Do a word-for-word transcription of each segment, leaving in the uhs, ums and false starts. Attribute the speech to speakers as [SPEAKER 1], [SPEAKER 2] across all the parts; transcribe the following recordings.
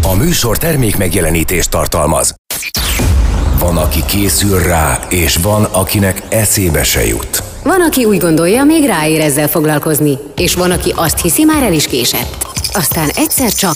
[SPEAKER 1] A műsor termék megjelenítést tartalmaz. Van, aki készül rá, és van, akinek eszébe se jut.
[SPEAKER 2] Van, aki úgy gondolja, még ráér ezzel foglalkozni, és van, aki azt hiszi, már el is késett. Aztán egyszer csak...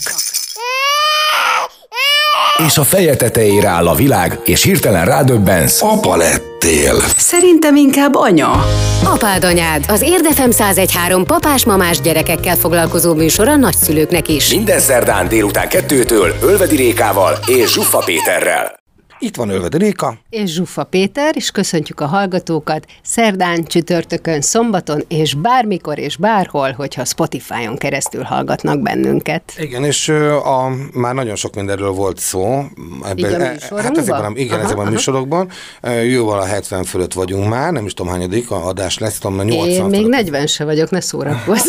[SPEAKER 1] És a feje tetejére áll a világ, és hirtelen rádöbbensz. Apa lettél.
[SPEAKER 3] Szerintem inkább anya.
[SPEAKER 2] Apád anyád, az Érd ef em száz egy három papás-mamás gyerekekkel foglalkozó műsor a nagyszülőknek is.
[SPEAKER 1] Minden szerdán délután kettőtől Ölvedi Rékával és Zsuffa Péterrel.
[SPEAKER 4] Itt van Ölvedi Réka.
[SPEAKER 5] És Zsuffa Péter, és köszöntjük a hallgatókat szerdán, csütörtökön, szombaton, és bármikor és bárhol, hogyha Spotify-on keresztül hallgatnak bennünket.
[SPEAKER 4] Igen, és a, már nagyon sok mindenről volt szó.
[SPEAKER 5] Ebben, a műsorunkban? Hát
[SPEAKER 4] ezekben a, igen, aha, ezekben a műsorokban. Jóval a hetven fölött vagyunk már, nem is tudom hányadik a adás lesz, tudom, nyolcvan
[SPEAKER 5] Én még
[SPEAKER 4] fölött.
[SPEAKER 5] negyven se vagyok, ne szórakozz.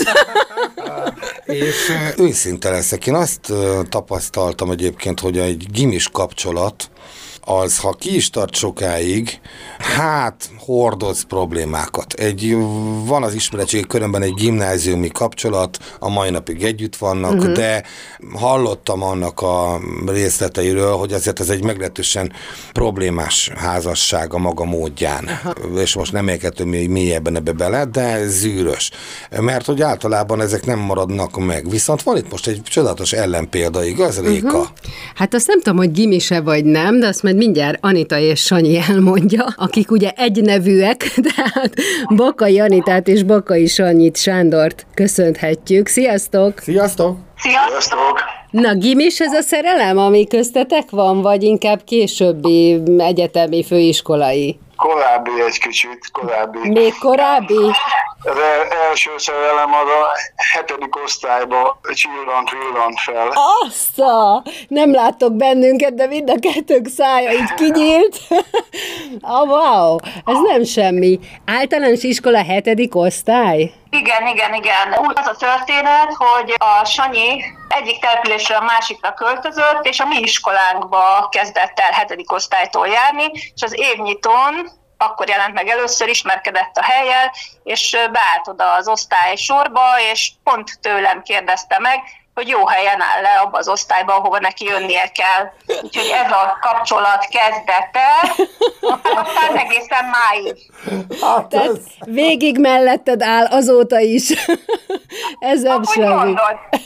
[SPEAKER 4] És őszinte leszek. Én azt tapasztaltam egyébként, hogy egy gimis kapcsolat, az, ha ki is tart sokáig, hát hordoz problémákat. Egy, van az ismeretségi körömben egy gimnáziumi kapcsolat, a mai napig együtt vannak, uh-huh. de hallottam annak a részleteiről, hogy azért ez egy meglehetősen problémás házasság a maga módján. Uh-huh. És most nem érkeztünk még mélyebben ebbe bele, de zűrös. Mert hogy általában ezek nem maradnak meg. Viszont van itt most egy csodálatos ellenpélda, igaz, Réka? Uh-huh.
[SPEAKER 5] Hát azt nem tudom, hogy gimise vagy nem, de azt majd mindjárt Anita és Sanyi elmondja, akik ugye egynevűek, tehát Bakai Anitát és Bakai Sanyit, Sándort köszönhetjük. Sziasztok!
[SPEAKER 4] Sziasztok!
[SPEAKER 6] Sziasztok!
[SPEAKER 5] Na, gimis ez a szerelem, ami köztetek van, vagy inkább későbbi egyetemi főiskolai?
[SPEAKER 6] Korábbi egy kicsit, korábbi.
[SPEAKER 5] Még korábbi?
[SPEAKER 6] Az első szerelem az a hetedik osztályba csillant, villant fel.
[SPEAKER 5] Azt a, nem láttok bennünket, de mind a kettőnk szája így kinyílt. Ah, wow, ez nem semmi. Általános iskola hetedik osztály?
[SPEAKER 7] Igen, igen, igen. Úgy az a történet, hogy a Sanyi egyik településről a másikra költözött, és a mi iskolánkba kezdett el hetedik osztálytól járni, és az évnyitón akkor jelent meg először, ismerkedett a hellyel, és beállt oda az osztály sorba, és pont tőlem kérdezte meg, hogy jó helyen áll le abba az osztályba, ahova neki jönnie kell. Úgyhogy ez a kapcsolat kezdete, aztán egészen máig.
[SPEAKER 5] Hát, tehát végig melletted áll azóta is. Ez nem semmi.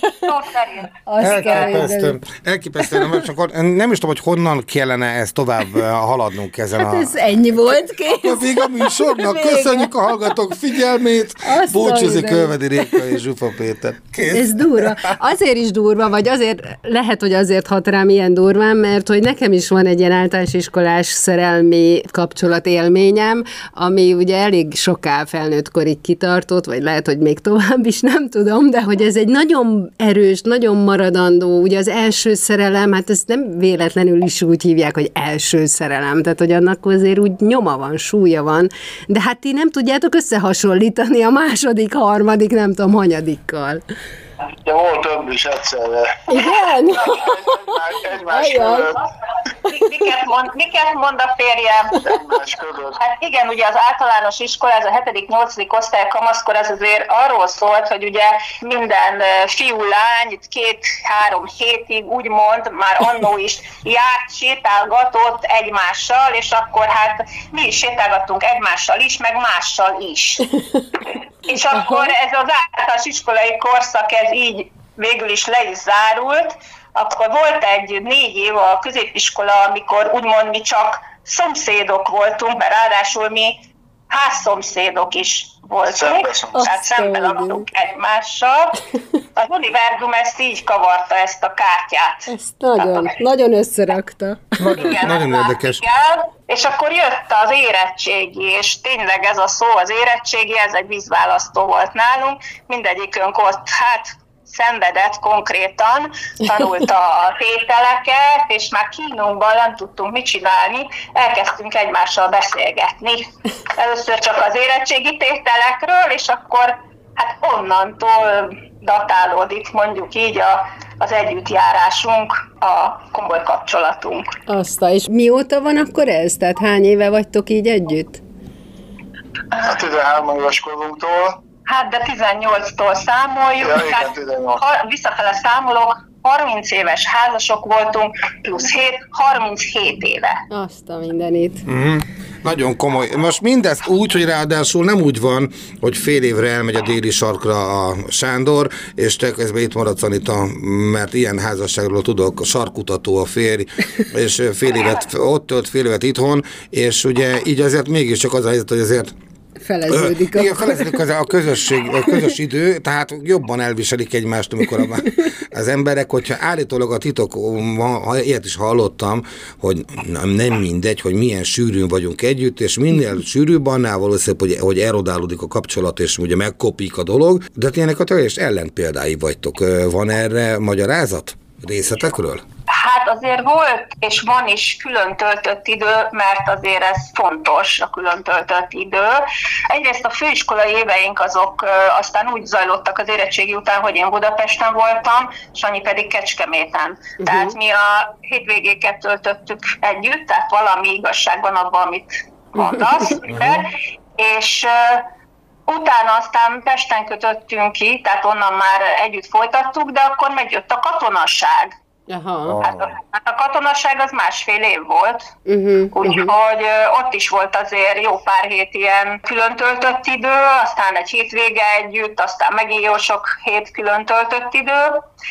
[SPEAKER 4] Elképesztő. Elképesztő. Nem, csak nem is tudom, hogy honnan kellene ezt tovább haladnunk ezen
[SPEAKER 5] hát
[SPEAKER 4] a...
[SPEAKER 5] ez ennyi volt, kész.
[SPEAKER 4] Akkor vég a műsornak. Köszönjük a hallgatók figyelmét. Búcsúzik Ölvedi Réka és Zsuffa Péter. Kész.
[SPEAKER 5] Ez durva. Azért is durva, vagy azért, lehet, hogy azért hat rám ilyen durván, mert hogy nekem is van egy ilyen általános iskolás szerelmi kapcsolat élményem, ami ugye elég soká felnőtt korig kitartott, vagy lehet, hogy még tovább is, nem tudom, de hogy ez egy nagyon erős, nagyon maradandó, ugye az első szerelem, hát ezt nem véletlenül is úgy hívják, hogy első szerelem, tehát hogy annak azért úgy nyoma van, súlya van, de hát ti nem tudjátok összehasonlítani a második, harmadik, nem tudom, hanyadikkal.
[SPEAKER 6] De volt több is egyszerre.
[SPEAKER 5] Igen?
[SPEAKER 6] Egymás között.
[SPEAKER 7] Miket mond, miket mond a férjem?
[SPEAKER 6] Egymás között.
[SPEAKER 7] Hát igen, ugye az általános iskola, ez a hetedik nyolcadik osztály kamaszkor, ez azért arról szólt, hogy ugye minden fiú-lány itt két-három hétig úgymond már annó is járt, sétálgatott egymással, és akkor hát mi is sétálgattunk egymással is, meg mással is. És akkor ez az általános iskolai korszak, ez így végül is le is zárult. Akkor volt egy négy év a középiskola, amikor úgymond mi csak szomszédok voltunk, mert ráadásul mi házszomszédok is voltunk, tehát szemben laktunk egymással. Az univerzum ezt így kavarta, ezt a kártyát.
[SPEAKER 5] Ezt nagyon, tehát, nagyon összerakta.
[SPEAKER 4] Nagyon,
[SPEAKER 7] igen,
[SPEAKER 4] nagyon érdekes.
[SPEAKER 7] Igen, és akkor jött az érettségi, és tényleg ez a szó, az érettségi, ez egy vízválasztó volt nálunk. Mindegyikünk ott, hát szenvedett konkrétan, tanulta a tételeket, és már kínunkban nem tudtunk mit csinálni, elkezdtünk egymással beszélgetni. Először csak az érettségi tételekről, és akkor hát onnantól datálódik mondjuk így a, az együttjárásunk, a komoly kapcsolatunk.
[SPEAKER 5] Aztán, és mióta van akkor ez? Tehát hány éve vagytok így együtt?
[SPEAKER 6] A tizenhárom éves korunktól.
[SPEAKER 7] Hát de tizennyolctól számoljuk,
[SPEAKER 6] Ja, igen,
[SPEAKER 7] tehát
[SPEAKER 6] tizennyolc.
[SPEAKER 7] ha visszafele számolok, harminc éves házasok voltunk, plusz hét, harminchét éve.
[SPEAKER 5] Azt a mindenit.
[SPEAKER 4] Mm. Nagyon komoly. Most mindezt úgy, hogy ráadásul nem úgy van, hogy fél évre elmegy a déli sarkra a Sándor, és te közben itt maradsz, Anita, mert ilyen házasságról tudok, a sarkutató a férj, és fél évet ott tölt, fél évet itthon, és ugye így azért mégiscsak az a helyzet, hogy azért
[SPEAKER 5] Feleződik.
[SPEAKER 4] Igen, feleződik az a közösség, a közös idő, tehát jobban elviselik egymást, amikor az emberek, hogyha állítólag a titok, ha ilyet is hallottam, hogy nem mindegy, hogy milyen sűrűn vagyunk együtt, és minél sűrűbb, annál valószínűleg, hogy, hogy erodálódik a kapcsolat, és ugye megkopik a dolog, de ilyenek a teljes ellenpéldái vagytok. Van erre magyarázat részletekről?
[SPEAKER 7] Hát azért volt, és van is külön töltött idő, mert azért ez fontos, a külön töltött idő. Egyrészt a főiskolai éveink azok aztán úgy zajlottak az érettségi után, hogy én Budapesten voltam, Sanyi pedig Kecskeméten. Uh-huh. Tehát mi a hétvégéket töltöttük együtt, tehát valami igazság van abban, amit mondasz. Uh-huh. És uh, utána aztán Pesten kötöttünk ki, tehát onnan már együtt folytattuk, de akkor megjött a katonasság.
[SPEAKER 5] Aha.
[SPEAKER 7] Hát, a, hát a katonasság az másfél év volt, uh-huh, úgyhogy uh-huh. ott is volt azért jó pár hét ilyen külön töltött idő, aztán egy hétvége együtt, aztán megint jó sok hét külön töltött idő,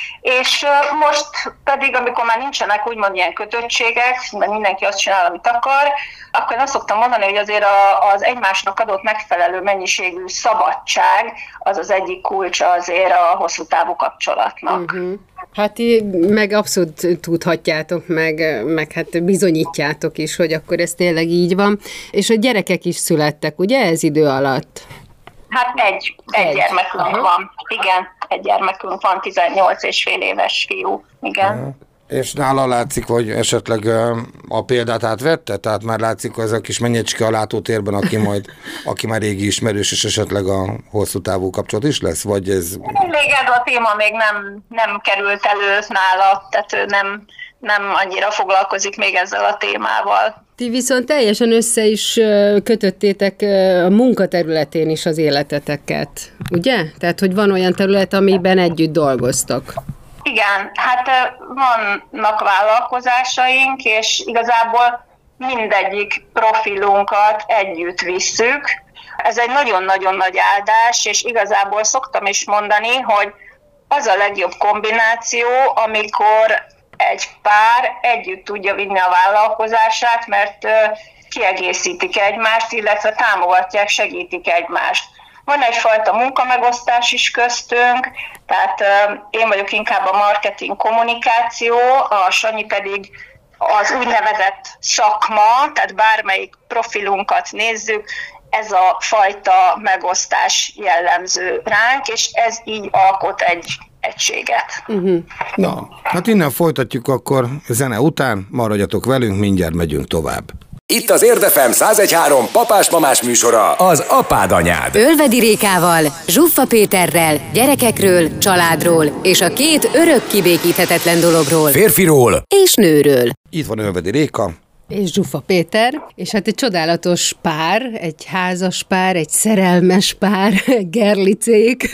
[SPEAKER 7] és most pedig, amikor már nincsenek úgymond ilyen kötöttségek, mert mindenki azt csinál, amit akar, akkor én azt szoktam mondani, hogy azért a, az egymásnak adott megfelelő mennyiségű szabadság az az egyik kulcsa azért a hosszú távú kapcsolatnak.
[SPEAKER 5] Uh-huh. Hát meg abszolút tudhatjátok, meg, meg hát bizonyítjátok is, hogy akkor ez tényleg így van. És a gyerekek is születtek, ugye ez idő alatt?
[SPEAKER 7] Hát egy, egy, egy. gyermekünk Aha. van. Igen, egy gyermekünk van, tizennyolc és fél éves fiú. Igen.
[SPEAKER 4] Aha. És nála látszik, hogy esetleg a példát átvette? Tehát már látszik, hogy ez a kis mennyecske a látótérben, aki majd, aki már régi ismerős, és esetleg a hosszú távú kapcsolat is lesz? Vagy ez...
[SPEAKER 7] Még ez a téma még nem, nem került elő nála, tehát ő nem, nem annyira foglalkozik még ezzel a témával.
[SPEAKER 5] Ti viszont teljesen össze is kötöttétek a munkaterületén is az életeteket, ugye? Tehát, hogy van olyan terület, amiben együtt dolgoztok.
[SPEAKER 7] Igen, hát vannak vállalkozásaink, és igazából mindegyik profilunkat együtt visszük. Ez egy nagyon-nagyon nagy áldás, és igazából szoktam is mondani, hogy az a legjobb kombináció, amikor egy pár együtt tudja vinni a vállalkozását, mert kiegészítik egymást, illetve támogatják, segítik egymást. Van egyfajta munkamegosztás is köztünk, tehát én vagyok inkább a marketing kommunikáció, a Sanyi pedig az úgynevezett szakma, tehát bármelyik profilunkat nézzük, ez a fajta megosztás jellemző ránk, és ez így alkot egy egységet.
[SPEAKER 5] Uh-huh.
[SPEAKER 4] Na, hát innen folytatjuk akkor zene után, maradjatok velünk, mindjárt megyünk tovább.
[SPEAKER 1] Itt az Érd ef em száz egy három papás-mamás műsora, az Apád Anyád.
[SPEAKER 2] Ölvedi Rékával, Zsuffa Péterrel, gyerekekről, családról és a két örök kibékíthetetlen dologról.
[SPEAKER 1] Férfiról
[SPEAKER 2] és nőről.
[SPEAKER 4] Itt van Ölvedi Réka.
[SPEAKER 5] És Zsuffa Péter, és hát egy csodálatos pár, egy házas pár, egy szerelmes pár, egy gerlicék,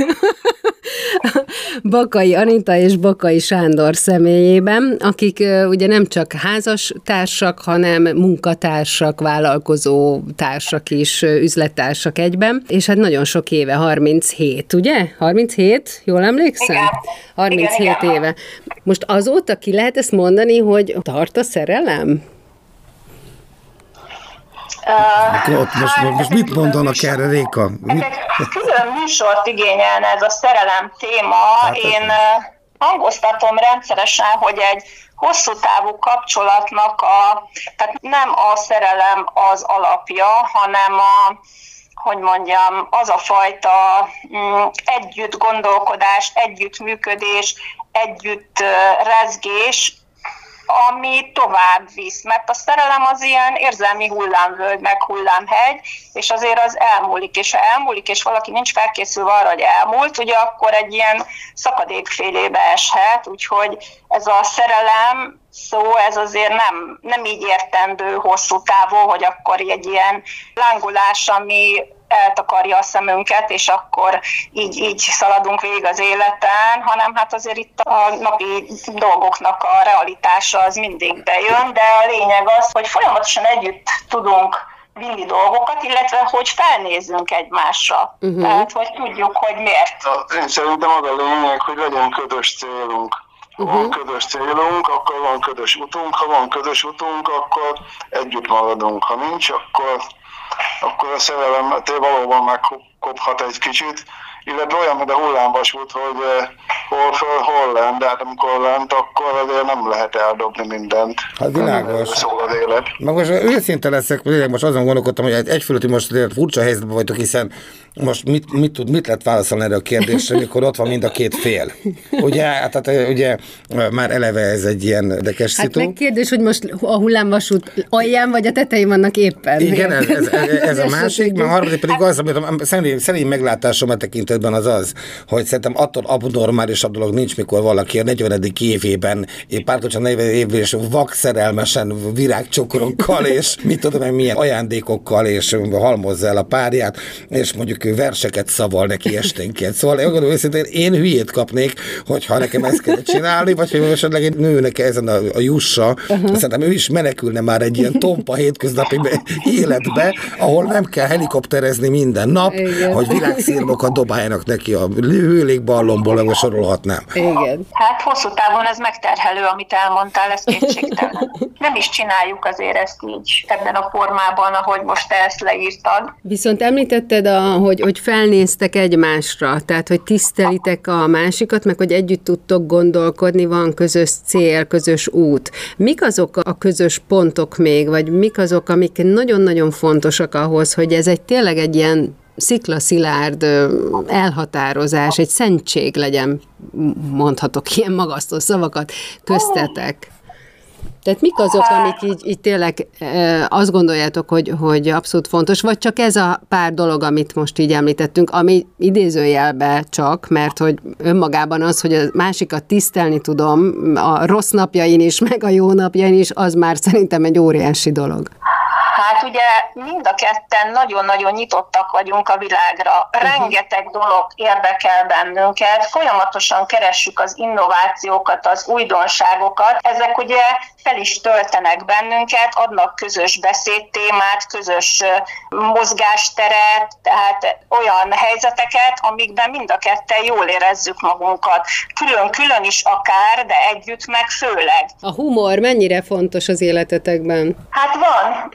[SPEAKER 5] Bakai Anita és Bakai Sándor személyében, akik uh, ugye nem csak házas társak, hanem munkatársak, vállalkozó társak is, üzlettársak egyben, és hát nagyon sok éve, harminchét, ugye? harminchét? Jól emlékszem?
[SPEAKER 7] Igen.
[SPEAKER 5] harminchét
[SPEAKER 7] igen,
[SPEAKER 5] éve. Most azóta ki lehet ezt mondani, hogy tart a szerelem?
[SPEAKER 7] Uh,
[SPEAKER 4] Ott most, hát, most mit mondanak műsor, erre, Réka?
[SPEAKER 7] Mit? Egy külön műsort igényelne ez a szerelem téma. Hát, Én uh, hangoztatom rendszeresen, hogy egy hosszú távú kapcsolatnak a, tehát nem a szerelem az alapja, hanem a, hogy mondjam, az a fajta um, együtt gondolkodás, együttműködés, együtt uh, rezgés, ami tovább visz, mert a szerelem az ilyen érzelmi hullámvölgy, meg hullámhegy, és azért az elmúlik, és ha elmúlik, és valaki nincs felkészülve arra, hogy elmúlt, ugye akkor egy ilyen szakadékfélébe eshet, úgyhogy ez a szerelem szó, ez azért nem, nem így értendő hosszú távú, hogy akkor egy ilyen lángolás, ami eltakarja a szemünket, és akkor így, így szaladunk végig az életen, hanem hát azért itt a napi dolgoknak a realitása az mindig bejön, de a lényeg az, hogy folyamatosan együtt tudunk vinni dolgokat, illetve hogy felnézzünk egymásra. Uh-huh. Tehát, hogy tudjuk, hogy miért.
[SPEAKER 6] Én szerintem az a lényeg, hogy legyen közös célunk. Ha uh-huh. van közös célunk, akkor van közös utunk, ha van közös utunk, akkor együtt maradunk. Ha nincs, akkor, akkor a szerelem valóban megkophat egy kicsit, illetve olyan, mint a hullámvasút, hogy hol föl, hol lent, de hát amikor lent, akkor azért nem lehet eldobni mindent.
[SPEAKER 4] Hát világos.
[SPEAKER 6] Szól az élet.
[SPEAKER 4] Meg most őszinte leszek, most azon gondolkodtam, hogy egyfölött most furcsa helyzetben vagytok, hiszen most mit, mit tud, mit lehet válaszolni erre a kérdésre, amikor ott van mind a két fél. Ugye, hát, ugye már eleve ez egy ilyen érdekes
[SPEAKER 5] hát
[SPEAKER 4] szitu.
[SPEAKER 5] meg kérdés, hogy most a hullámvasút alján vagy a tetején vannak éppen.
[SPEAKER 4] Igen, ez, ez, ez, ez a másik, mert a harmadik pedig az, amit a szerény, szerény meglátásom a tekintetben az az, hogy szerintem attól abnormálisabb dolog nincs, mikor valaki a negyvenedik évében, épp pártocsan negyven évben és vakszerelmesen virágcsokrokkal, és mit tudom én, milyen ajándékokkal, és halmozza el a párját, és mondjuk ő verseket szaval neki esténként. Szóval én gondolom, őszintén én hülyét kapnék, hogyha nekem ezt kell csinálni, vagy hogy esetleg egy nőnek ezen a, a jussa, uh-huh. szerintem ő is menekülne már egy ilyen tompa hétköznapi életbe, ahol nem kell helikopterezni minden nap, igen. hogy világszírmokat dobáljanak neki a hőlégballonból, vagy sorolhatnám.
[SPEAKER 5] Igen.
[SPEAKER 7] Hát hosszú távon ez megterhelő, amit elmondtál, ez kétségtelen. Nem is csináljuk azért ezt így ebben a formában, ahogy most te ezt leírtad.
[SPEAKER 5] Viszont említetted, a, hogy, hogy felnéztek egymásra, tehát hogy tisztelitek a másikat, meg hogy együtt tudtok gondolkodni, van közös cél, közös út. Mik azok a közös pontok még, vagy mik azok, amik nagyon-nagyon fontosak ahhoz, hogy ez egy tényleg egy ilyen sziklaszilárd elhatározás, egy szentség legyen, mondhatok ilyen magasztó szavakat, köztetek. Tehát mik azok, amik így, így tényleg e, azt gondoljátok, hogy, hogy abszolút fontos, vagy csak ez a pár dolog, amit most így említettünk, ami idézőjelbe csak, mert hogy önmagában az, hogy a másikat tisztelni tudom, a rossz napjain is, meg a jó napjain is, az már szerintem egy óriási dolog.
[SPEAKER 7] Hát ugye mind a ketten nagyon-nagyon nyitottak vagyunk a világra. Rengeteg dolog érdekel bennünket, folyamatosan keressük az innovációkat, az újdonságokat. Ezek ugye fel is töltenek bennünket, adnak közös beszédtémát, közös mozgásteret, tehát olyan helyzeteket, amikben mind a ketten jól érezzük magunkat. Külön-külön is akár, de együtt meg főleg.
[SPEAKER 5] A humor mennyire fontos az életetekben?
[SPEAKER 7] Hát van.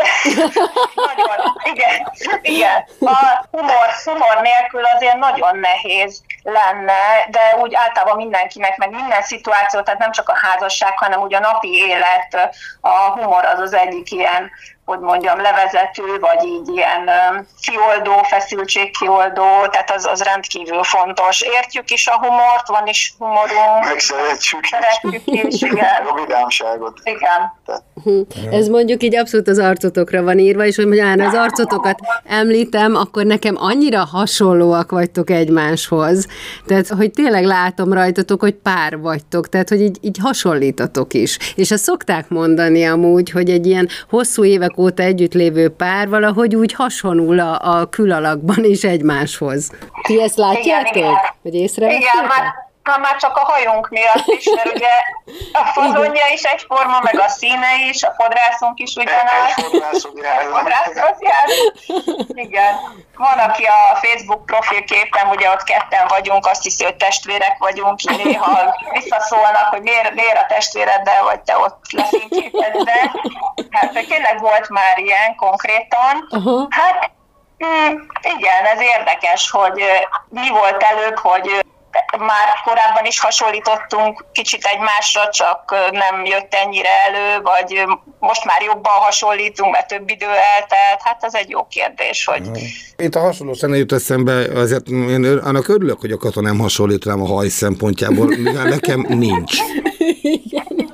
[SPEAKER 7] Nagyon, igen, igen. A humor, humor nélkül azért nagyon nehéz lenne, de úgy általában mindenkinek, meg minden szituáció, tehát nem csak a házasság, hanem úgy a napi élet, a humor az az egyik ilyen, hogy mondjam, levezető, vagy így ilyen kioldó, feszültségkioldó, tehát az, az rendkívül fontos. Értjük is a humort, van is humorunk.
[SPEAKER 6] Meg szeretjük,
[SPEAKER 7] szeretjük is, igen.
[SPEAKER 6] A vidámságot.
[SPEAKER 7] Igen.
[SPEAKER 5] Ez mondjuk így abszolút az arcotokra van írva, és hogy már az arcotokat említem, akkor nekem annyira hasonlóak vagytok egymáshoz. Tehát, hogy tényleg látom rajtatok, hogy pár vagytok, tehát, hogy így, így hasonlítatok is. És ezt szokták mondani amúgy, hogy egy ilyen hosszú évek óta együttlévő pár valahogy úgy hasonul a, a külalakban is egymáshoz. Ti ezt látjátok?
[SPEAKER 7] Igen, igen.
[SPEAKER 5] Hogy észrevettétek?
[SPEAKER 7] Igen, már, már csak a hajunk miatt is, mert ugye a fazonja is egyforma, meg a színe is, a fodrászunk is ugyanaz. Fodrászhoz jár. Igen. Van, aki a Facebook profilképen, ugye ott ketten vagyunk, azt hiszi, hogy testvérek vagyunk, néha visszaszólnak, hogy miért, miért a testvéreddel vagy te ott lefényképezve. Hát tényleg volt már ilyen konkrétan. Uh-huh. Hát mm, igen, ez érdekes, hogy mi volt előbb, hogy már korábban is hasonlítottunk kicsit egymásra, csak nem jött ennyire elő, vagy most már jobban hasonlítunk, mert több idő eltelt. Hát ez egy jó kérdés, hogy...
[SPEAKER 4] Itt a hasonlóság jut eszembe, azért én annak örülök, hogy a Kata nem hasonlít rám a haj szempontjából, mivel nekem nincs.
[SPEAKER 5] Igen.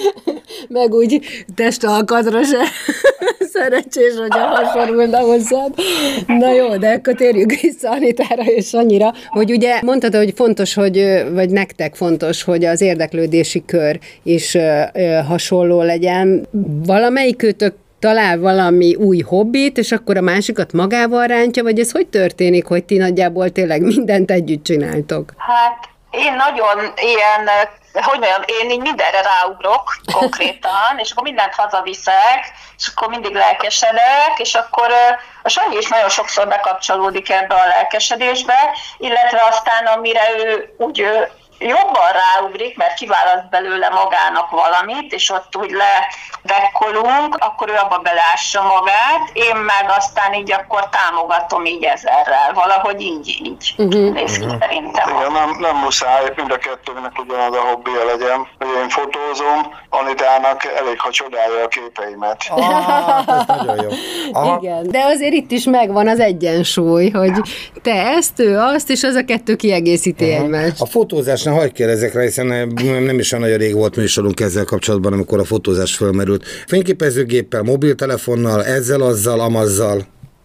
[SPEAKER 5] Meg úgy testalkatra se szerencsés, hogy hasonlulna hozzád. Na jó, de akkor térjünk vissza Anitára és Sanyira, hogy ugye mondtad, hogy fontos, hogy, vagy nektek fontos, hogy az érdeklődési kör is hasonló legyen. Valamelyikőtök talál valami új hobbit, és akkor a másikat magával rántja, vagy ez hogy történik, hogy ti nagyjából tényleg mindent együtt csináltok?
[SPEAKER 7] Hát én nagyon ilyen, hogy mondjam, én így mindenre ráugrok konkrétan, és akkor mindent hazaviszek, és akkor mindig lelkesedek, és akkor a Sanyi is nagyon sokszor bekapcsolódik ebbe a lelkesedésbe, illetve aztán amire ő úgy jobban ráugrik, mert kiválaszt belőle magának valamit, és ott úgy ledekkolunk, akkor ő abba beleássa magát, én meg aztán így akkor támogatom így ezerrel, valahogy így, így uh-huh. néz ki szerintem.
[SPEAKER 6] Igen, nem, nem muszáj mind a kettőnek ugyanaz a hobbija legyen, hogy én fotózom, Anitának elég, ha csodálja a képeimet.
[SPEAKER 4] Ah, ez nagyon jó. Aha.
[SPEAKER 5] Igen, de azért itt is megvan az egyensúly, hogy te ezt, ő azt, és az a kettő kiegészíti uh-huh. egymást.
[SPEAKER 4] A fotózás ne hagyj kérdezek rá, hiszen nem is olyan nagyon rég volt műsorunk ezzel kapcsolatban, amikor a fotózás fölmerült. Fényképezőgéppel, mobiltelefonnal, ezzel, azzal, amazzal?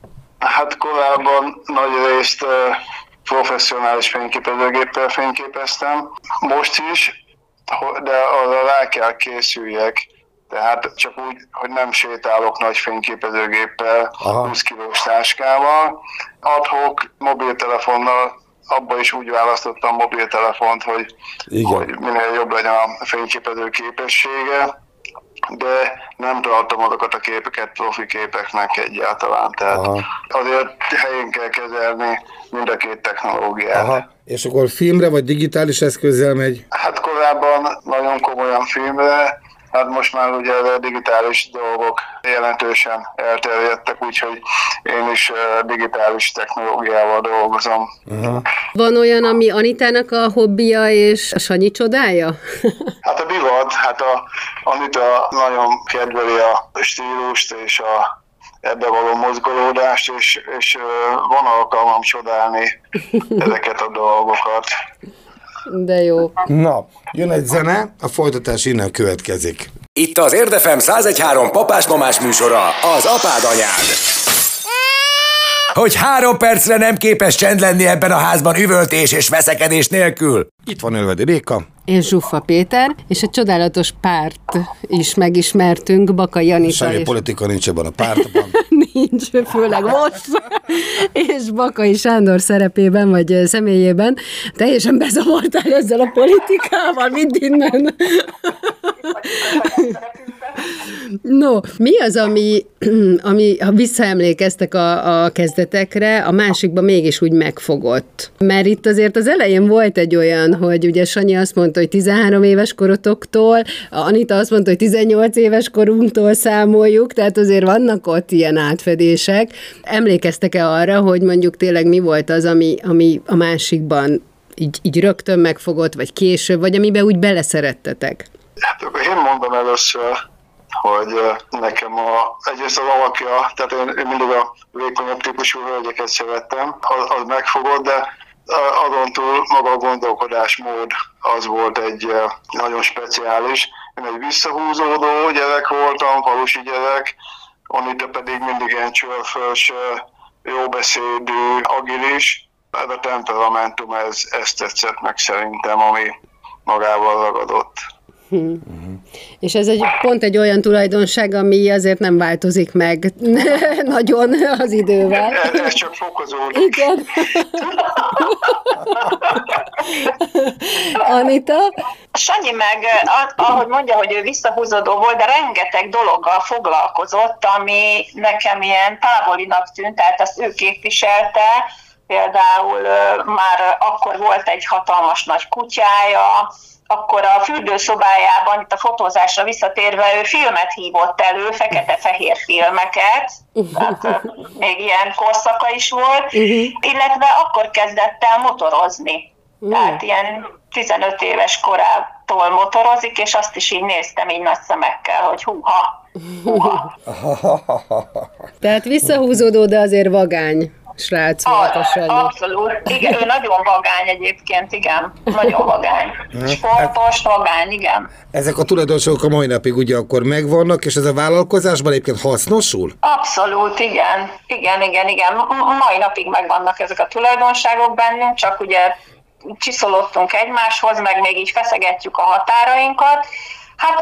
[SPEAKER 6] Hát korábban nagy részt professzionális fényképezőgéppel fényképeztem. Most is, de arra rá kell készüljek. Tehát csak úgy, hogy nem sétálok nagy fényképezőgéppel, Aha. húsz kilós táskával. Ad-hoc mobiltelefonnal abban is úgy választottam mobiltelefont, hogy, hogy minél jobb legyen a fényképező képessége, de nem tartom azokat a képeket profi képeknek egyáltalán. Tehát Aha. azért helyén kell kezelni mind a két technológiát.
[SPEAKER 4] Aha. És akkor filmre vagy digitális eszközzel megy?
[SPEAKER 6] Hát korábban nagyon komolyan filmre, hát most már ugye a digitális dolgok jelentősen elterjedtek, úgyhogy én is digitális technológiával dolgozom.
[SPEAKER 4] Uh-huh.
[SPEAKER 5] Van olyan, ami Anitának a hobbija és a Sanyi csodája?
[SPEAKER 6] Hát a divat, hát a Anita nagyon kedveli a stílust és a ebbe való mozgolódást, és, és van alkalmam csodálni ezeket a dolgokat.
[SPEAKER 5] De jó.
[SPEAKER 4] Na, jön egy zene, a folytatás innen következik.
[SPEAKER 1] Itt az Érdefem száz egy három papás-mamás műsora, az apád anyád. Hogy három percre nem képes csend lenni ebben a házban üvöltés és veszekedés nélkül.
[SPEAKER 4] Itt van Ölvedi Réka.
[SPEAKER 5] És Zsuffa Péter, és egy csodálatos párt is megismertünk, Bakai Anita.
[SPEAKER 4] Semmi és... politika nincs ebben a pártban.
[SPEAKER 5] Nincs, főleg most. És Bakai Sándor szerepében, vagy személyében teljesen bezavartál ezzel a politikával, mind innen. No, mi az, ami, ami ha visszaemlékeztek a, a kezdetekre, a másikban mégis úgy megfogott? Mert itt azért az elején volt egy olyan, hogy ugye Sanyi azt mondta, hogy tizenhárom éves korotoktól, Anita azt mondta, hogy tizennyolc éves korunktól számoljuk, tehát azért vannak ott ilyen átfedések. Emlékeztek-e arra, hogy mondjuk tényleg mi volt az, ami, ami a másikban így, így rögtön megfogott, vagy később, vagy amiben úgy beleszerettetek?
[SPEAKER 6] Hát akkor én mondom először, hogy nekem a, egyrészt az alakja, tehát én, én mindig a vékonyabb típusú hölgyeket szerettem, az, az megfogott, de azon túl maga a gondolkodásmód az volt egy nagyon speciális. Én egy visszahúzódó gyerek voltam, falusi gyerek, Anita pedig mindig ilyen csörfös, jóbeszédű, agilis. Ez a temperamentum, ez, ez tetszett meg szerintem, ami magával ragadott.
[SPEAKER 5] Hmm. Uh-huh. És ez egy pont egy olyan tulajdonság, ami azért nem változik meg nagyon az idővel.
[SPEAKER 6] Ez, ez csak fokozódik.
[SPEAKER 5] Igen. Anita?
[SPEAKER 7] Sanyi meg, ahogy mondja, hogy ő visszahúzódó volt, de rengeteg dologgal foglalkozott, ami nekem ilyen távolinak tűnt, tehát azt ő képviselte. Például már akkor volt egy hatalmas nagy kutyája, akkor a fürdőszobájában, itt a fotózásra visszatérve, ő filmet hívott elő, fekete-fehér filmeket, tehát még ilyen korszaka is volt, uh-huh. illetve akkor kezdett el motorozni. Uh-huh. Tehát ilyen tizenöt éves korától motorozik, és azt is így néztem így nagy szemekkel, hogy húha, húha.
[SPEAKER 5] Tehát visszahúzódó, de azért vagány srác volt a Sanyi.
[SPEAKER 7] Abszolút. Igen, ő nagyon vagány egyébként, igen. Nagyon vagány. Sportos, vagány, igen.
[SPEAKER 4] Ezek a tulajdonságok a mai napig ugye akkor megvannak, és ez a vállalkozásban egyébként hasznosul?
[SPEAKER 7] Abszolút, igen. Igen, igen, igen. Mai napig megvannak ezek a tulajdonságok bennünk, csak ugye csiszolottunk egymáshoz, meg még így feszegetjük a határainkat. Hát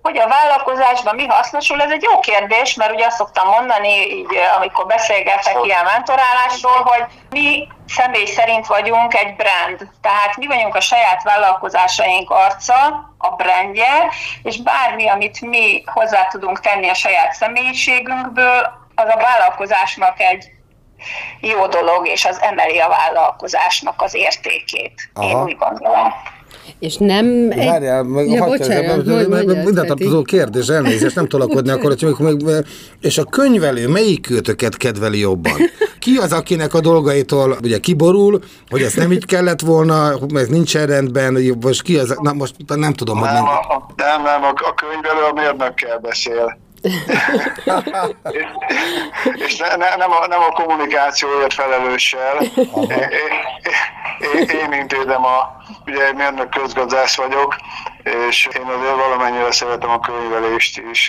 [SPEAKER 7] Hogy a vállalkozásban mi hasznosul, ez egy jó kérdés, mert ugye azt szoktam mondani, így, amikor beszélgetek ilyen mentorálásról, hogy mi személy szerint vagyunk egy brand. Tehát mi vagyunk a saját vállalkozásaink arca, a brandje, és bármi, amit mi hozzá tudunk tenni a saját személyiségünkből, az a vállalkozásnak egy jó dolog, és az emeli a vállalkozásnak az értékét. Aha. Én úgy gondolom.
[SPEAKER 5] És nem... Egy...
[SPEAKER 4] Várjál, meg ja, mindent tapasztaló kérdés, elnézést, nem tolakodni akkor, hogy meg, és a könyvelő melyik őtöket kedveli jobban? Ki az, akinek a dolgaitól ugye kiborul, hogy ezt nem így kellett volna, ez nincsen rendben, most ki az, na most nem tudom,
[SPEAKER 6] nem,
[SPEAKER 4] hogy nem.
[SPEAKER 6] A, nem, nem, a, a könyvelő a mérnökkel beszél. és és ne, ne, nem, a, nem a kommunikációért felelőssel. Én, én, én intézem a, ugye mérnök közgazdász vagyok, és én azért valamennyire szeretem a könyvelést is.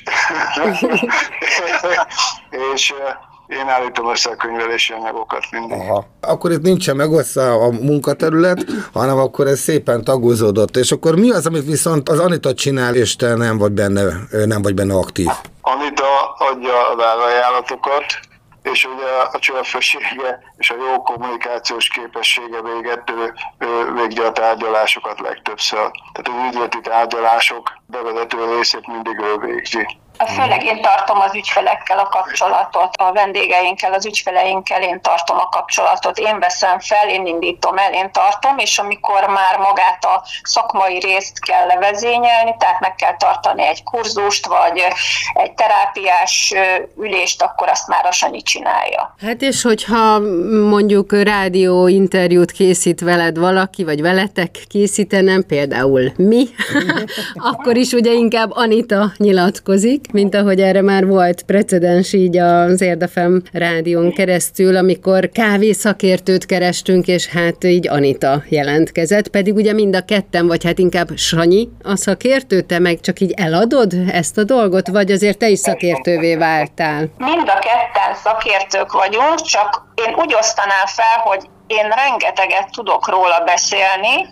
[SPEAKER 6] és én állítom össze a könyvelési anyagokat mindig. Aha.
[SPEAKER 4] Akkor itt nincsen megosztva a munkaterület, hanem akkor ez szépen tagozódott. És akkor mi az, amit viszont az Anita csinál, és te nem vagy benne, nem vagy benne aktív?
[SPEAKER 6] Anita adja a vállalatokat, és ugye a csörfössége és a jó kommunikációs képessége véget ő, ő végzi a tárgyalásokat legtöbbször. Tehát az üzleti tárgyalások bevezető részét mindig ő végzi.
[SPEAKER 7] Főleg én tartom az ügyfelekkel a kapcsolatot, a vendégeinkkel, az ügyfeleinkkel én tartom a kapcsolatot. Én veszem fel, én indítom el, én tartom, és amikor már magát a szakmai részt kell levezényelni, tehát meg kell tartani egy kurzust, vagy egy terápiás ülést, akkor azt már a Sanyi csinálja.
[SPEAKER 5] Hát és hogyha mondjuk rádióinterjút készít veled valaki, vagy veletek készítenem, például mi, akkor is ugye inkább Anita nyilatkozik, mint ahogy erre már volt precedens így az Érdefem rádión keresztül, amikor kávészakértőt kerestünk, és hát így Anita jelentkezett, pedig ugye mind a ketten, vagy hát inkább Sanyi a szakértő, te meg csak így eladod ezt a dolgot, vagy azért te is szakértővé váltál?
[SPEAKER 7] Mind a ketten szakértők vagyunk, csak én úgy osztanám fel, hogy én rengeteget tudok róla beszélni,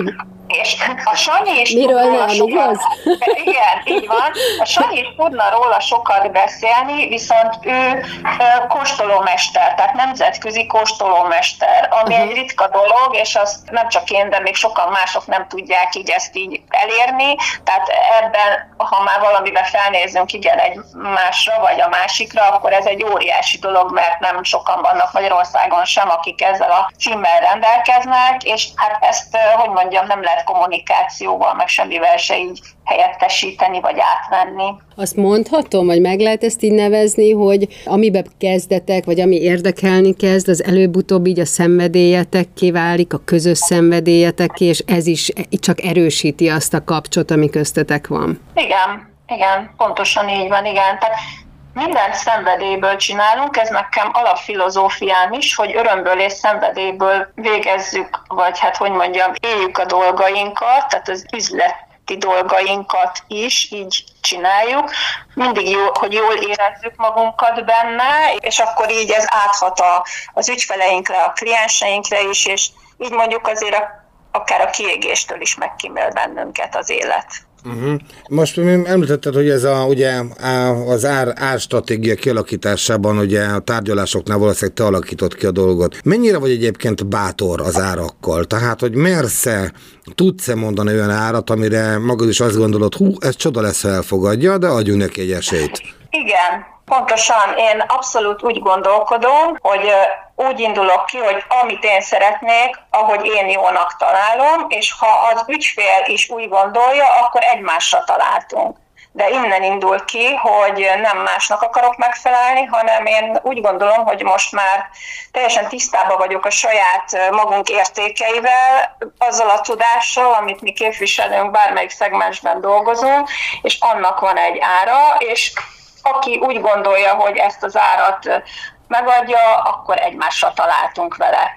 [SPEAKER 7] és a Sanyi is
[SPEAKER 5] Miről
[SPEAKER 7] tud róla
[SPEAKER 5] nem,
[SPEAKER 7] sokat,
[SPEAKER 5] igaz?
[SPEAKER 7] Igen, így van. A Sanyi is tudna róla sokat beszélni, viszont ő kóstolómester, tehát nemzetközi kóstolómester, ami uh-huh. egy ritka dolog, és azt nem csak én, de még sokan mások nem tudják így ezt így elérni, tehát ebben, ha már valamiben felnézzünk igen egy másra, vagy a másikra, akkor ez egy óriási dolog, mert nem sokan vannak Magyarországon sem, akik ezzel a címmel rendelkeznek, és hát ezt, hogy mondjam, nem lehet kommunikációval, meg semmivel se így helyettesíteni, vagy átvenni.
[SPEAKER 5] Azt mondhatom, vagy meg lehet ezt így nevezni, hogy amiben kezdetek, vagy ami érdekelni kezd, az előbb-utóbb így a szenvedélyetekké válik, a közös szenvedélyetekké, és ez is csak erősíti azt a kapcsot, ami köztetek van.
[SPEAKER 7] Igen, igen, pontosan így van, igen. Tehát mindent szenvedélyből csinálunk, ez nekem alapfilozófiám is, hogy örömből és szenvedélyből végezzük, vagy hát hogy mondjam, éljük a dolgainkat, tehát az üzleti dolgainkat is így csináljuk. Mindig jó, hogy jól érezzük magunkat benne, és akkor így ez áthat a, az ügyfeleinkre, a klienseinkre is, és így mondjuk azért a, akár a kiégéstől is megkímél bennünket az élet.
[SPEAKER 4] Uh-huh. Most említetted, hogy ez a, ugye, az ár, árstratégia kialakításában, ugye a tárgyalásoknál valószínűleg te alakított ki a dolgot. Mennyire vagy egyébként bátor az árakkal? Tehát, hogy mersz-e, tudsz-e mondani olyan árat, amire magad is azt gondolod, hú, ez csoda lesz, ha elfogadja, de adjunk neki egy esélyt.
[SPEAKER 7] Igen. Pontosan, én abszolút úgy gondolkodom, hogy úgy indulok ki, hogy amit én szeretnék, ahogy én jónak találom, és ha az ügyfél is úgy gondolja, akkor egymásra találtunk. De innen indul ki, hogy nem másnak akarok megfelelni, hanem én úgy gondolom, hogy most már teljesen tisztában vagyok a saját magunk értékeivel, azzal a tudással, amit mi képviselünk, bármelyik szegmensben dolgozunk, és annak van egy ára, és aki úgy gondolja, hogy ezt az árat megadja, akkor egymásra találtunk vele.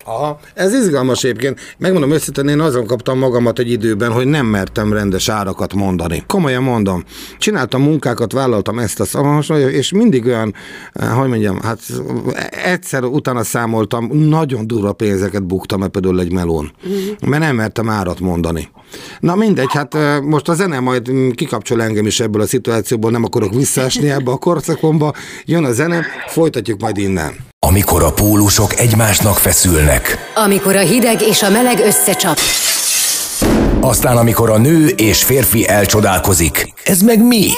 [SPEAKER 4] Aha, ez izgalmas egyébként. Megmondom őszintén, én azon kaptam magamat egy időben, hogy nem mertem rendes árakat mondani. Komolyan mondom. Csináltam munkákat, vállaltam ezt, azt, és mindig olyan, hogy mondjam, hát egyszer utána számoltam, nagyon durva pénzeket buktam, mert például egy melón. Mert nem mertem árat mondani. Na mindegy, hát most a zene majd kikapcsol engem is ebből a szituációból, nem akarok visszaesni ebbe a korszakomba. Jön a zene, folytatjuk majd innen.
[SPEAKER 1] Amikor a pólusok egymásnak feszülnek.
[SPEAKER 2] Amikor a hideg és a meleg összecsap.
[SPEAKER 1] Aztán amikor a nő és férfi elcsodálkozik. Ez meg mi?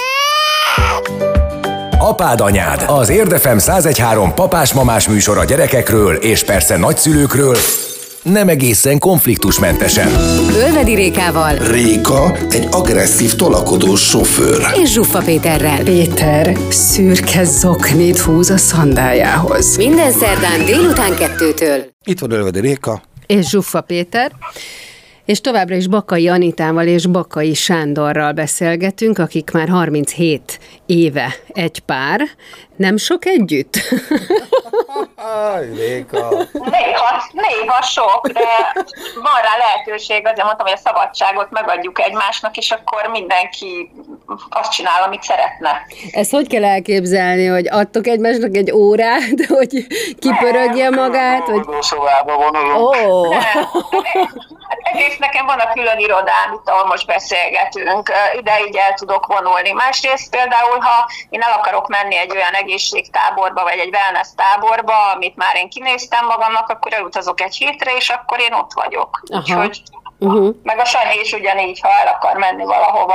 [SPEAKER 1] Apád anyád, az Érd ef em száz egy három papás-mamás műsor a gyerekekről és persze nagyszülőkről, nem egészen konfliktusmentesen.
[SPEAKER 2] Ölvedi Rékával.
[SPEAKER 8] Réka egy agresszív tolakodós sofőr.
[SPEAKER 2] És Zsuffa Péterrel.
[SPEAKER 3] Péter szürke zoknit húz a szandájához.
[SPEAKER 2] Minden szerdán délután kettőtől.
[SPEAKER 4] Itt van Ölvedi Réka.
[SPEAKER 5] És Zsuffa Péter. És továbbra is Bakai Anitával és Bakai Sándorral beszélgetünk, akik már harminchét éve egy pár. Nem sok együtt?
[SPEAKER 4] Aj, Réka.
[SPEAKER 7] Néha, néha sok, de van rá lehetőség, azért mondtam, hogy a szabadságot megadjuk egymásnak, és akkor mindenki azt csinál, amit szeretne.
[SPEAKER 5] Ezt hogy kell elképzelni, hogy adtok egymásnak egy órát, hogy kipörögje magát? Vagy...
[SPEAKER 6] Szobába vonulunk.
[SPEAKER 5] Oh.
[SPEAKER 7] Egyrészt nekem van a külön irodám, itt, ahol most beszélgetünk, ide így el tudok vonulni. Másrészt például, ha én el akarok menni egy olyan egészségtáborba, vagy egy wellness táborba, amit már én kinéztem magamnak, akkor elutazok egy hétre, és akkor én ott vagyok. Úgyhogy, uh-huh. Meg a Sanyi is ugyanígy, ha el akar menni valahova,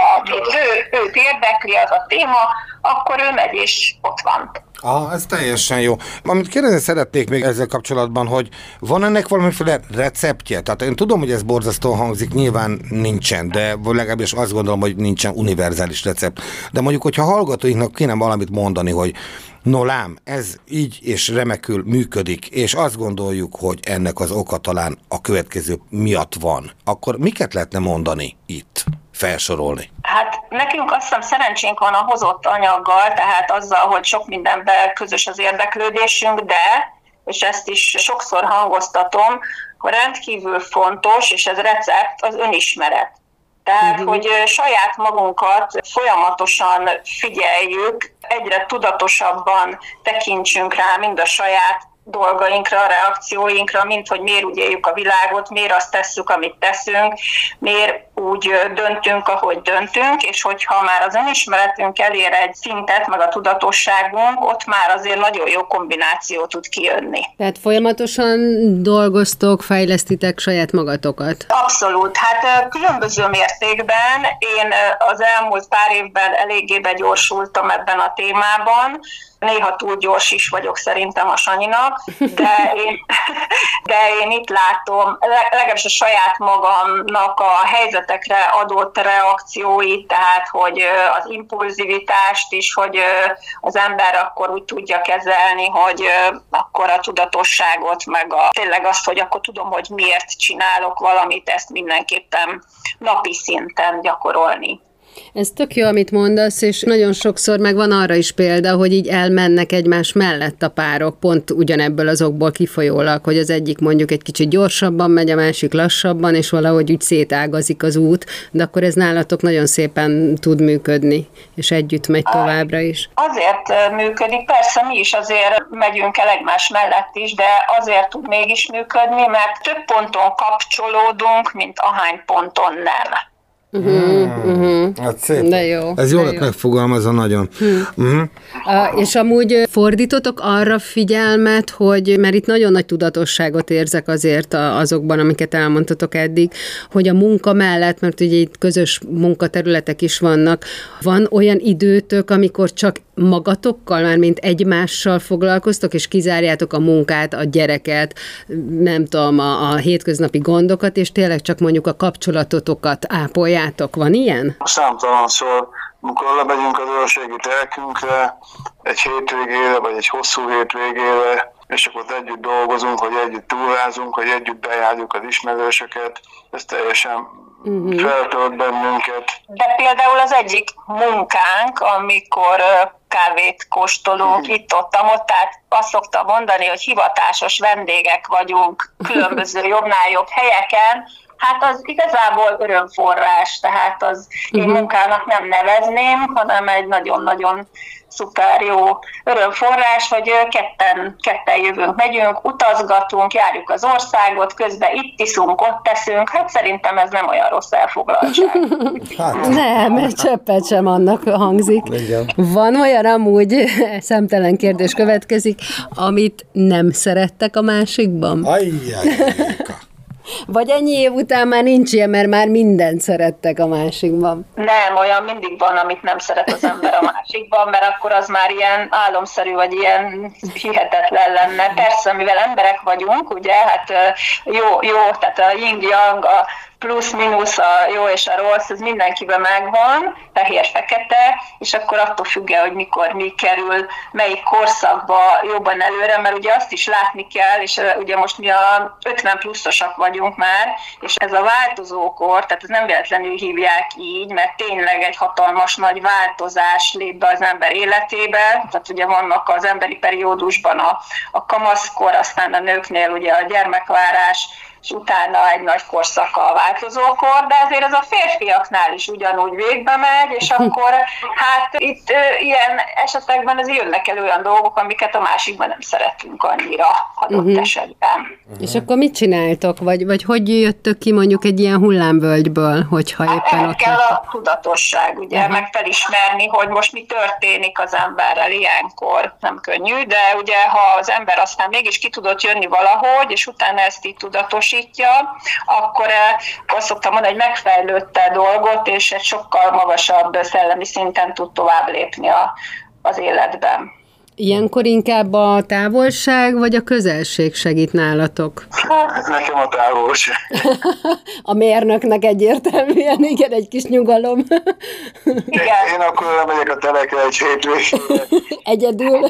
[SPEAKER 7] ő, őt érdekli az a téma, akkor ő megy, és ott van.
[SPEAKER 4] Ah, ez teljesen jó. Amit kérdezni szeretnék még ezzel kapcsolatban, hogy van ennek valamiféle receptje? Tehát én tudom, hogy ez borzasztóan hangzik, nyilván nincsen, de legalábbis azt gondolom, hogy nincsen univerzális recept. De mondjuk, hogyha hallgatóinknak kéne valamit mondani, hogy no lám, ez így és remekül működik, és azt gondoljuk, hogy ennek az oka talán a következő miatt van, akkor miket lehetne mondani itt? Felsorolni?
[SPEAKER 7] Hát nekünk azt hiszem szerencsénk van a hozott anyaggal, tehát azzal, hogy sok mindenben közös az érdeklődésünk, de, és ezt is sokszor hangoztatom, hogy rendkívül fontos, és ez recept, az önismeret. Tehát, uh-huh. hogy saját magunkat folyamatosan figyeljük, egyre tudatosabban tekintsünk rá mind a saját dolgainkra, reakcióinkra, mint hogy miért úgy éljük a világot, miért azt tesszük, amit teszünk, miért úgy döntünk, ahogy döntünk, és hogyha már az önismeretünk elér egy szintet, meg a tudatosságunk, ott már azért nagyon jó kombináció tud kijönni.
[SPEAKER 5] Tehát folyamatosan dolgoztok, fejlesztitek saját magatokat?
[SPEAKER 7] Abszolút. Hát különböző mértékben. Én az elmúlt pár évben eléggé begyorsultam ebben a témában. Néha túl gyors is vagyok szerintem a Sanyinak, de én, de én itt látom legalábbis a saját magamnak a helyzetekre adott reakcióit, tehát hogy az impulzivitást is, hogy az ember akkor úgy tudja kezelni, hogy akkor a tudatosságot, meg a, tényleg azt, hogy akkor tudom, hogy miért csinálok valamit, ezt mindenképpen napi szinten gyakorolni.
[SPEAKER 5] Ez tök jó, amit mondasz, és nagyon sokszor meg van arra is példa, hogy így elmennek egymás mellett a párok, pont ugyanebből azokból kifolyólag, hogy az egyik mondjuk egy kicsit gyorsabban megy, a másik lassabban, és valahogy úgy szétágazik az út, de akkor ez nálatok nagyon szépen tud működni, és együtt megy továbbra is.
[SPEAKER 7] Azért működik, persze mi is azért megyünk el egymás mellett is, de azért tud mégis működni, mert több ponton kapcsolódunk, mint ahány ponton nem.
[SPEAKER 5] Uh-huh, uh-huh.
[SPEAKER 4] Hát szép.
[SPEAKER 5] De jó.
[SPEAKER 4] Ez jól
[SPEAKER 5] jó.
[SPEAKER 4] megfogalmazza nagyon. Hmm. Uh-huh.
[SPEAKER 5] A, és amúgy fordítotok arra figyelmet, hogy, mert itt nagyon nagy tudatosságot érzek azért azokban, amiket elmondtatok eddig, hogy a munka mellett, mert ugye itt közös munkaterületek is vannak, van olyan időtök, amikor csak magatokkal, már mint egymással foglalkoztok, és kizárjátok a munkát, a gyereket, nem tudom, a, a hétköznapi gondokat, és tényleg csak mondjuk a kapcsolatotokat ápoljátok. Van ilyen?
[SPEAKER 6] Számtalanszor, amikor lemegyünk az őrségi telkünkre, egy hétvégére, vagy egy hosszú hétvégére, és akkor együtt dolgozunk, hogy együtt túrázunk, hogy együtt bejárjuk az ismerősöket, ez teljesen uh-huh. feltölt bennünket.
[SPEAKER 7] De például az egyik munkánk, amikor kávét kóstolunk itt-ott, ott, tehát azt szoktam mondani, hogy hivatásos vendégek vagyunk különböző jobbnál jobb helyeken, hát az igazából örömforrás, tehát az uh-huh. én munkának nem nevezném, hanem egy nagyon-nagyon szuper jó örömforrás, hogy ketten, ketten jövünk, megyünk, utazgatunk, járjuk az országot, közben itt iszunk, ott teszünk, hát szerintem ez nem olyan rossz elfoglaltság.
[SPEAKER 5] Hát. Nem, egy cseppet sem annak hangzik. Igen. Van olyan amúgy, szemtelen kérdés következik, amit nem szerettek a másikban?
[SPEAKER 4] Ajjaj,
[SPEAKER 5] Vagy ennyi év után már nincs ilyen, mert már mindent szerettek a másikban?
[SPEAKER 7] Nem, olyan mindig van, amit nem szeret az ember a másikban, mert akkor az már ilyen álomszerű, vagy ilyen hihetetlen lenne. Persze, mivel emberek vagyunk, ugye, hát jó, jó, tehát a yin-yang, a plusz-minusz, a jó és a rossz, ez mindenkiben megvan, fehér-fekete, és akkor attól függ, hogy mikor mi kerül, melyik korszakba jobban előre, mert ugye azt is látni kell, és ugye most mi a ötven pluszosak vagyunk már, és ez a változókor, tehát ez nem véletlenül hívják így, mert tényleg egy hatalmas nagy változás lép be az ember életébe, tehát ugye vannak az emberi periódusban a, a kamaszkor, aztán a nőknél ugye a gyermekvárás, és utána egy nagy korszaka a változókor, de ezért ez a férfiaknál is ugyanúgy végbe megy, és akkor hát itt ö, ilyen esetekben ez jönnek el olyan dolgok, amiket a másikban nem szeretünk annyira adott uh-huh. esetben.
[SPEAKER 5] Uh-huh. És akkor mit csináltok? Vagy, vagy hogy jöttök ki mondjuk egy ilyen hullámvölgyből, hogyha éppen
[SPEAKER 7] hát,
[SPEAKER 5] ott
[SPEAKER 7] kell a tudatosság, ugye, uh-huh. meg felismerni, hogy most mi történik az emberrel ilyenkor. Nem könnyű, de ugye ha az ember aztán mégis ki tudott jönni valahogy, és utána ezt így tudatosítja, akkor azt szoktam mondani, hogy megfejlődte a dolgot, és egy sokkal magasabb szellemi szinten tud tovább lépni a, az életben.
[SPEAKER 5] Ilyenkor inkább a távolság, vagy a közelség segít nálatok?
[SPEAKER 6] Nekem a távolság.
[SPEAKER 5] A mérnöknek egyértelműen, igen, egy kis nyugalom.
[SPEAKER 6] Igen. Én akkor megyek a telekre egy hétvégére.
[SPEAKER 5] Egyedül?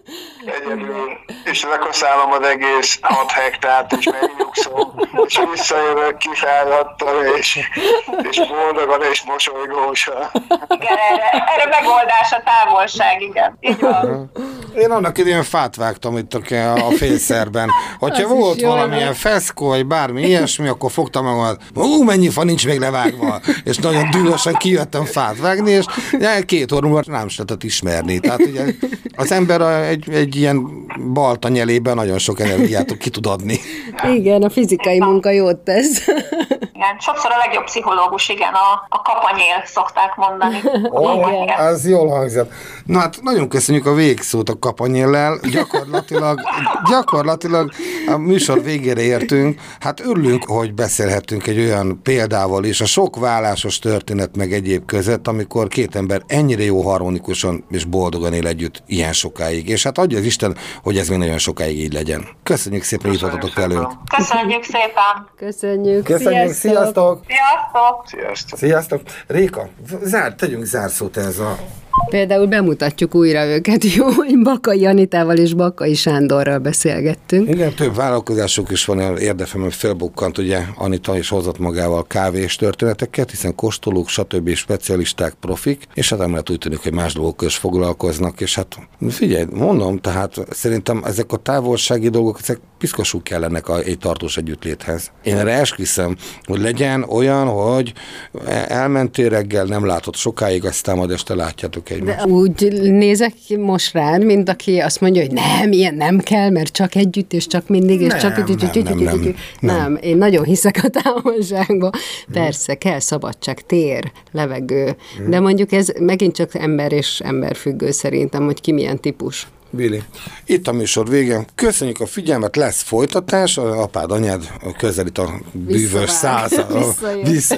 [SPEAKER 6] Egyedül. És lekaszálom az egész hat hektárt, és megnyugszom, és visszajövök kifáradtam, és, és boldogan, és mosolygósan.
[SPEAKER 7] Igen, erre, erre megoldás a távolság, igen. Így van.
[SPEAKER 4] Én annak idején fát vágtam itt a félszerben. Hogyha az volt valamilyen feszkó, vagy bármi ilyesmi, akkor fogtam magamat, ú, mennyi fa nincs még levágva, és nagyon dühösen kijöttem fát vágni, és két óra múlva nem is lehetett ismerni. Tehát ugye az ember egy, egy ilyen balta nyelében nagyon sok energiát ki tud adni.
[SPEAKER 5] Igen, a fizikai munka jót tesz.
[SPEAKER 7] Igen, sokszor a legjobb pszichológus, igen, a, a kapanyél szokták mondani.
[SPEAKER 4] Ó, az jól hangzott. Na hát nagyon köszönjük a végszót a kapanyéllel. Gyakorlatilag, gyakorlatilag a műsor végére értünk. Hát örülünk, hogy beszélhetünk egy olyan példával is, a sok válásos történet meg egyéb között, amikor két ember ennyire jó harmonikusan és boldogan él együtt ilyen sokáig. És hát adja az Isten, hogy ez még nagyon sokáig így legyen. Köszönjük szépen, hogy itt voltatok velünk.
[SPEAKER 7] Köszönjük szépen.
[SPEAKER 5] Köszönjük.
[SPEAKER 4] Köszönjük. Sziasztok.
[SPEAKER 7] Sziasztok.
[SPEAKER 6] Sziasztok.
[SPEAKER 4] Sziasztok. Réka, zár, tegyünk zárszót ez a...
[SPEAKER 5] Például bemutatjuk újra őket, jó, hogy Bakai Anitával és Bakai Sándorral beszélgettünk.
[SPEAKER 4] Igen, több vállalkozások is van, érdefemben felbukkant, ugye Anita is hozott magával kávés történeteket, hiszen kóstolók, stb. Specialisták, profik, és hát emellett úgy tűnik, hogy más dolgokkal is foglalkoznak, és hát figyelj, mondom, tehát szerintem ezek a távolsági dolgok, ezek piszkosul kellenek a, egy tartós együttléthez. Én erre esküszöm, hogy legyen olyan, hogy elmentél reggel, nem látod sokáig, aztán majd este látjátok egymást.
[SPEAKER 5] De úgy nézek most rád, mint aki azt mondja, hogy nem, ilyen nem kell, mert csak együtt, és csak mindig, és
[SPEAKER 4] nem,
[SPEAKER 5] csak
[SPEAKER 4] nem,
[SPEAKER 5] együtt.
[SPEAKER 4] nem, nem, nem, nem.
[SPEAKER 5] Nem, én nagyon hiszek a távolságba. Persze, kell szabadság, tér, levegő. De mondjuk ez megint csak ember és ember függő szerintem, hogy ki milyen típus.
[SPEAKER 4] Billy. Itt a műsor vége. Köszönjük a figyelmet, lesz folytatás. A apád, anyád közelít a bűvös század. Vissza...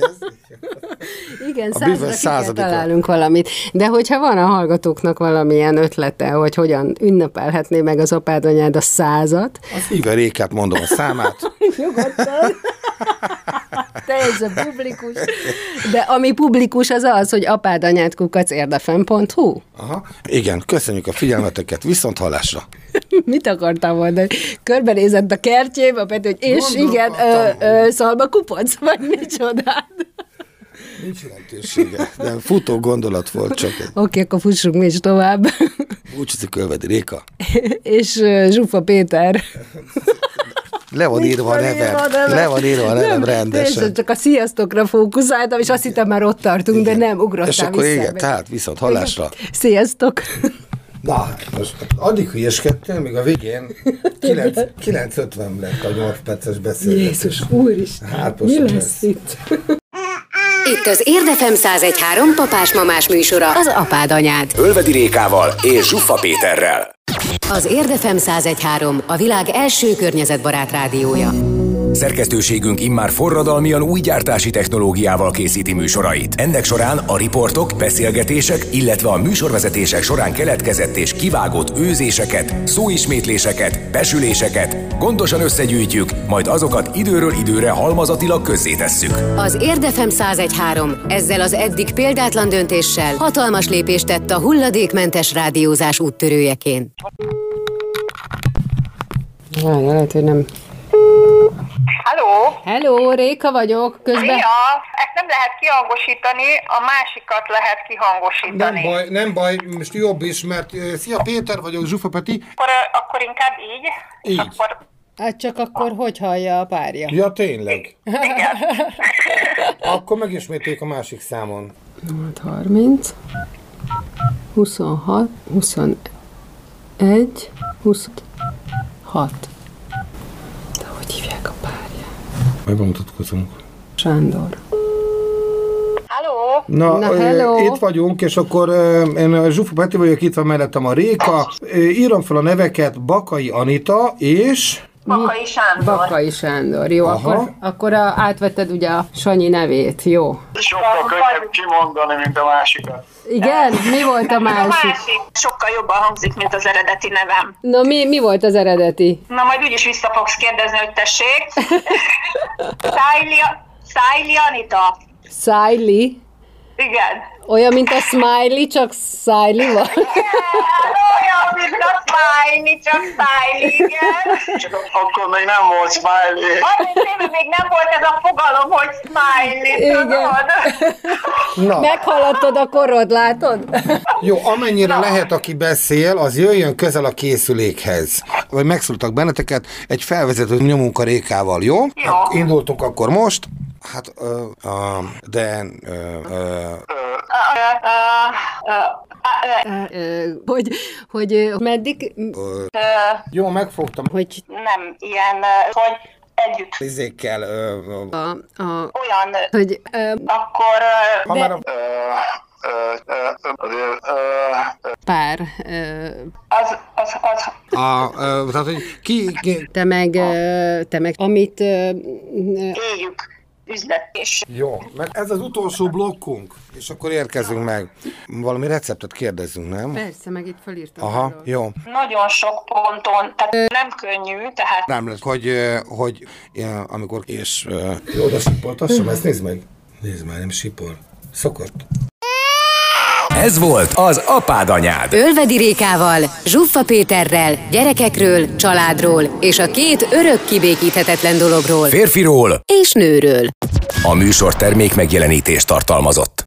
[SPEAKER 5] Igen, százra találunk valamit. De hogyha van a hallgatóknak valamilyen ötlete, hogy hogyan ünnepelhetné meg az apád, anyád a százat.
[SPEAKER 4] Az Iver Rékát mondom a számát.
[SPEAKER 5] Nyugodtan. Teljesen publikus. De ami publikus az az, hogy apád anyád kukac érdefem pont hu.
[SPEAKER 4] Aha. Igen, köszönjük a figyelmeteket, viszont hallásra.
[SPEAKER 5] Mit akartam mondani? Körbenézett a kertjébe, a Peti, hogy és igen, ö, ö, szalma kupac, vagy micsodát?
[SPEAKER 4] Nincs jelentősége, de futó gondolat volt csak.
[SPEAKER 5] Oké, okay, akkor fussunk mi is tovább.
[SPEAKER 4] Búcsúzik Ölvedi Réka.
[SPEAKER 5] És uh, Zsufa Péter.
[SPEAKER 4] Le van írva a nevem. Le van írva a nevem rendesen.
[SPEAKER 5] Nem, csak a sziasztokra fókuszáltam, és azt hittem már ott tartunk, igen. De nem, ugrottál vissza.
[SPEAKER 4] És akkor igen, tehát viszont hallásra.
[SPEAKER 5] Sziasztok.
[SPEAKER 4] Na, most addig hülyeskedtél, még a végén kilenc ötven lett a nyolc perces beszélgetés.
[SPEAKER 5] Jézus, úristen, hát mi lesz itt?
[SPEAKER 2] Itt az Érdefem száz egy három papás-mamás műsora, az apád anyád.
[SPEAKER 1] Ölvedi Rékával és Zsuffa Péterrel.
[SPEAKER 2] Az Érdefem száz egy három a világ első környezetbarát rádiója.
[SPEAKER 1] Szerkesztőségünk immár forradalmian új gyártási technológiával készíti műsorait. Ennek során a riportok, beszélgetések, illetve a műsorvezetések során keletkezett és kivágott őzéseket, szóismétléseket, besüléseket gondosan összegyűjtjük, majd azokat időről időre halmazatilag közzétesszük.
[SPEAKER 2] Az Érdefem száz egy három ezzel az eddig példátlan döntéssel hatalmas lépést tett a hulladékmentes rádiózás úttörőjeként.
[SPEAKER 5] Várj, lehet, hogy nem...
[SPEAKER 7] Halló?
[SPEAKER 5] Hello, Réka vagyok. Közben...
[SPEAKER 7] Szia! Ezt nem lehet kihangosítani, a másikat lehet kihangosítani.
[SPEAKER 4] Nem baj, nem baj, most jobb is, mert uh, szia, Péter vagyok, Zsufa Peti.
[SPEAKER 7] Akkor, akkor inkább így.
[SPEAKER 4] Így.
[SPEAKER 7] Akkor...
[SPEAKER 5] Hát csak akkor hogy hallja a párja?
[SPEAKER 4] Ja, tényleg.
[SPEAKER 7] Igen.
[SPEAKER 4] Akkor megismételjük a másik számon.
[SPEAKER 5] harminc, huszonhat, huszonegy, huszonhat. De hogy hívják a párját?
[SPEAKER 4] Majd bemutatkozunk.
[SPEAKER 5] Sándor.
[SPEAKER 7] Halló?
[SPEAKER 4] Na,
[SPEAKER 5] Na hello.
[SPEAKER 4] Itt vagyunk, és akkor én Zsufa Peti vagyok, itt van mellettem a Réka. Írom fel a neveket: Bakai Anita és...
[SPEAKER 7] Bakai Sándor.
[SPEAKER 5] Bakai Sándor. Jó, akkor, akkor a, átvetted ugye a Sanyi nevét, jó?
[SPEAKER 6] Sokkal könnyebb kimondani, mint a másikat.
[SPEAKER 5] Igen? Mi volt a
[SPEAKER 7] A
[SPEAKER 5] másik?
[SPEAKER 7] másik sokkal jobban hangzik, mint az eredeti nevem.
[SPEAKER 5] Na, mi, mi volt az eredeti?
[SPEAKER 7] Na, majd úgyis vissza fogsz kérdezni, hogy tessék. Szájli, Szájli Anita.
[SPEAKER 5] Szájli?
[SPEAKER 7] Igen.
[SPEAKER 5] Olyan, mint a Smiley, csak Szájli van?
[SPEAKER 7] Olyan, mint a Smiley, csak Smiley, igen.
[SPEAKER 6] Csak akkor még nem volt Smiley.
[SPEAKER 7] harminc éve még nem volt ez a fogalom, hogy Smiley,
[SPEAKER 5] Igen.
[SPEAKER 7] tudod?
[SPEAKER 4] Na,
[SPEAKER 5] Meghaladtad a korod, látod?
[SPEAKER 4] jó, amennyire lehet, aki beszél, az jöjjön közel a készülékhez. Vagy megszóltak benneteket, egy felvezetőt nyomunk a Rékával, jó?
[SPEAKER 7] Jó.
[SPEAKER 4] Hát indultunk akkor most. Hát, ö, ö, de... Ö, ö,
[SPEAKER 5] Hogy, hogy meddig,
[SPEAKER 4] jó, megfogtam.
[SPEAKER 5] hogy
[SPEAKER 7] Nem ilyen, hogy együtt.
[SPEAKER 4] Izékkel... Ö, ö,
[SPEAKER 5] a, a,
[SPEAKER 7] Olyan,
[SPEAKER 5] hogy ö,
[SPEAKER 7] akkor
[SPEAKER 4] ha már a,
[SPEAKER 5] pár, ö,
[SPEAKER 7] az, az, az,
[SPEAKER 4] a, ö, tehát, hogy ki... ki
[SPEAKER 5] te meg, ö, te meg, amit ö, ö,
[SPEAKER 7] éljük üzlet és
[SPEAKER 4] jó, mert ez az utolsó blokkunk, és akkor érkezünk meg. Valami receptet kérdezzünk, nem?
[SPEAKER 5] persze, meg itt felírtam.
[SPEAKER 4] Aha,
[SPEAKER 5] arról.
[SPEAKER 4] jó.
[SPEAKER 7] nagyon sok ponton, tehát nem könnyű, tehát
[SPEAKER 4] Nem lesz, hogy, ö, hogy ja, amikor... És... ö, Jó, de sipoltassam, ezt nézd meg. Nézd már, nem sipol. Szokott.
[SPEAKER 1] Ez volt az Apád Anyád.
[SPEAKER 2] Ölvedi Rékával, Zsuffa Péterrel, gyerekekről, családról és a két örök kibékíthetetlen dologról,
[SPEAKER 1] Férfiról
[SPEAKER 2] és nőről.
[SPEAKER 1] a műsor termék megjelenítést tartalmazott.